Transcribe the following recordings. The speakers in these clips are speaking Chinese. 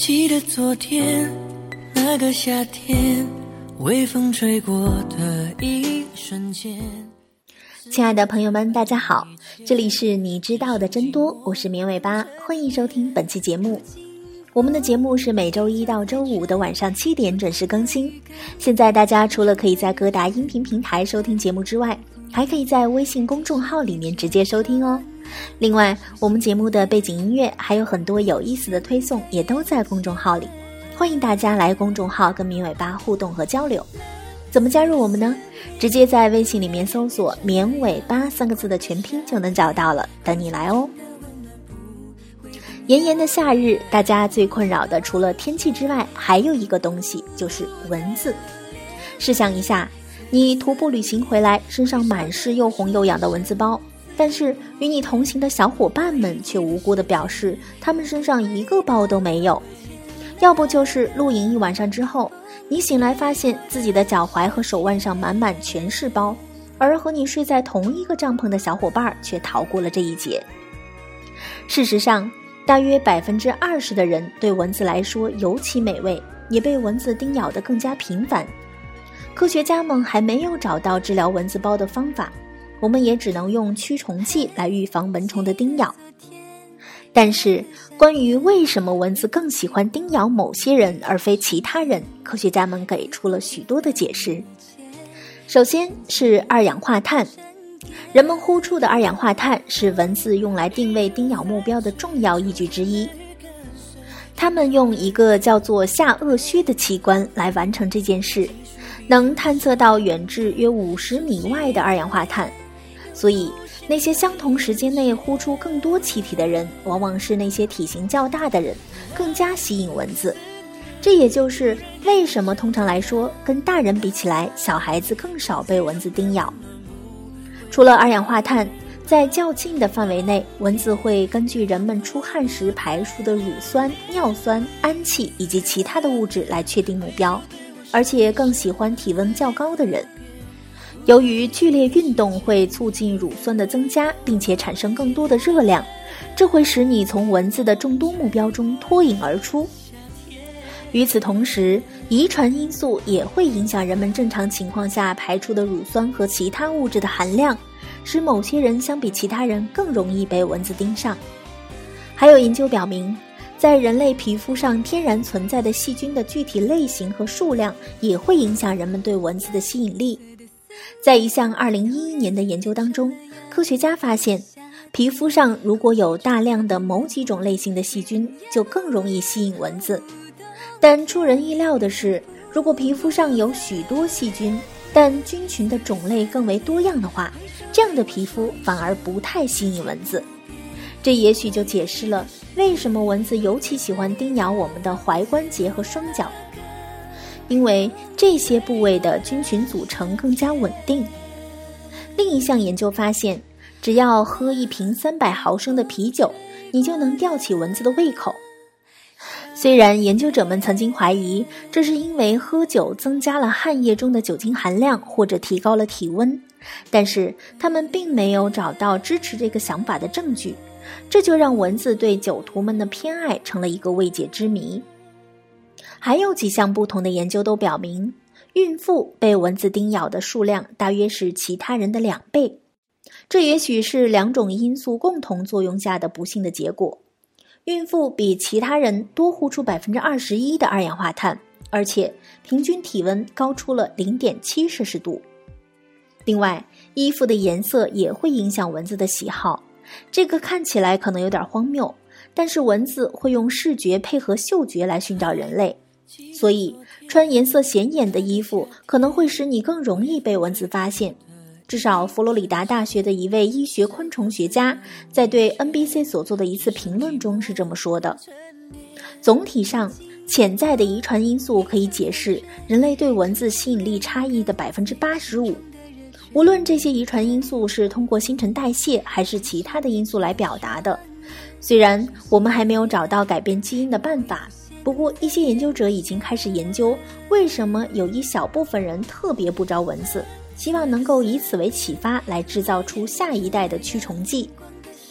记得昨天那个夏天，微风吹过的一瞬间。 亲爱的朋友们，大家好，这里是你知道的真多，我是绵尾巴，欢迎收听本期节目。我们的节目是每周一到周五的晚上7点准时更新。现在大家除了可以在各大音频平台收听节目之外，还可以在微信公众号里面直接收听哦。另外，我们节目的背景音乐还有很多有意思的推送也都在公众号里，欢迎大家来公众号跟绵尾巴互动和交流。怎么加入我们呢？直接在微信里面搜索绵尾巴3个字的全拼就能找到了，等你来哦。炎炎的夏日，大家最困扰的除了天气之外，还有一个东西，就是蚊子。试想一下，你徒步旅行回来，身上满是又红又痒的蚊子包，但是与你同行的小伙伴们却无辜地表示他们身上一个包都没有。要不就是露营一晚上之后，你醒来发现自己的脚踝和手腕上满满全是包，而和你睡在同一个帐篷的小伙伴却逃过了这一劫。事实上，大约20%的人对蚊子来说尤其美味，也被蚊子叮咬得更加频繁。科学家们还没有找到治疗蚊子包的方法，我们也只能用驱虫剂来预防蚊虫的叮咬。但是关于为什么蚊子更喜欢叮咬某些人而非其他人，科学家们给出了许多的解释。首先是二氧化碳，人们呼出的二氧化碳是蚊子用来定位叮咬目标的重要依据之一。他们用一个叫做下颚须的器官来完成这件事，能探测到远至约50米外的二氧化碳，所以那些相同时间内呼出更多气体的人，往往是那些体型较大的人，更加吸引蚊子。这也就是为什么通常来说，跟大人比起来，小孩子更少被蚊子叮咬。除了二氧化碳，在较近的范围内，蚊子会根据人们出汗时排出的乳酸、尿酸、氨气以及其他的物质来确定目标，而且更喜欢体温较高的人。由于剧烈运动会促进乳酸的增加，并且产生更多的热量，这会使你从蚊子的众多目标中脱颖而出。与此同时，遗传因素也会影响人们正常情况下排出的乳酸和其他物质的含量，使某些人相比其他人更容易被蚊子叮上。还有研究表明，在人类皮肤上天然存在的细菌的具体类型和数量也会影响人们对蚊子的吸引力。在一项2011年的研究当中，科学家发现，皮肤上如果有大量的某几种类型的细菌，就更容易吸引蚊子。但出人意料的是，如果皮肤上有许多细菌，但菌群的种类更为多样的话，这样的皮肤反而不太吸引蚊子。这也许就解释了为什么蚊子尤其喜欢叮咬我们的踝关节和双脚，因为这些部位的菌群组成更加稳定。另一项研究发现，只要喝一瓶300毫升的啤酒，你就能吊起蚊子的胃口。虽然研究者们曾经怀疑这是因为喝酒增加了汗液中的酒精含量或者提高了体温，但是他们并没有找到支持这个想法的证据，这就让蚊子对酒徒们的偏爱成了一个未解之谜。还有几项不同的研究都表明，孕妇被蚊子叮咬的数量大约是其他人的2倍。这也许是2种因素共同作用下的不幸的结果。孕妇比其他人多呼出21%的二氧化碳，而且平均体温高出了0.7摄氏度。另外，衣服的颜色也会影响蚊子的喜好。这个看起来可能有点荒谬，但是蚊子会用视觉配合嗅觉来寻找人类，所以穿颜色显眼的衣服可能会使你更容易被蚊子发现。至少佛罗里达大学的一位医学昆虫学家在对 NBC 所做的一次评论中是这么说的：总体上，潜在的遗传因素可以解释人类对蚊子吸引力差异的85%。无论这些遗传因素是通过新陈代谢还是其他的因素来表达的，虽然我们还没有找到改变基因的办法，不过一些研究者已经开始研究为什么有一小部分人特别不招蚊子，希望能够以此为启发来制造出下一代的驱虫剂。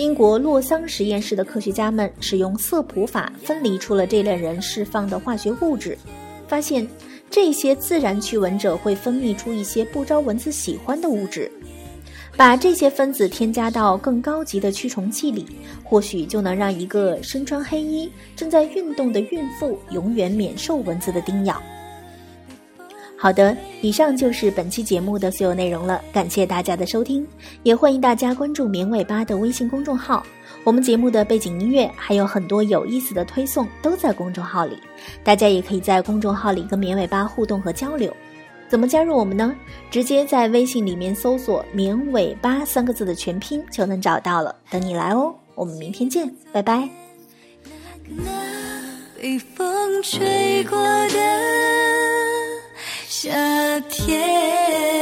英国洛桑实验室的科学家们使用色谱法分离出了这类人释放的化学物质，发现这些自然驱蚊者会分泌出一些不招蚊子喜欢的物质。把这些分子添加到更高级的驱虫剂里，或许就能让一个身穿黑衣、正在运动的孕妇永远免受蚊子的叮咬。好的，以上就是本期节目的所有内容了，感谢大家的收听，也欢迎大家关注棉尾巴的微信公众号，我们节目的背景音乐还有很多有意思的推送都在公众号里，大家也可以在公众号里跟棉尾巴互动和交流。怎么加入我们呢？直接在微信里面搜索棉尾巴3个字的全拼就能找到了，等你来哦，我们明天见，拜拜。 那被风吹过的夏天。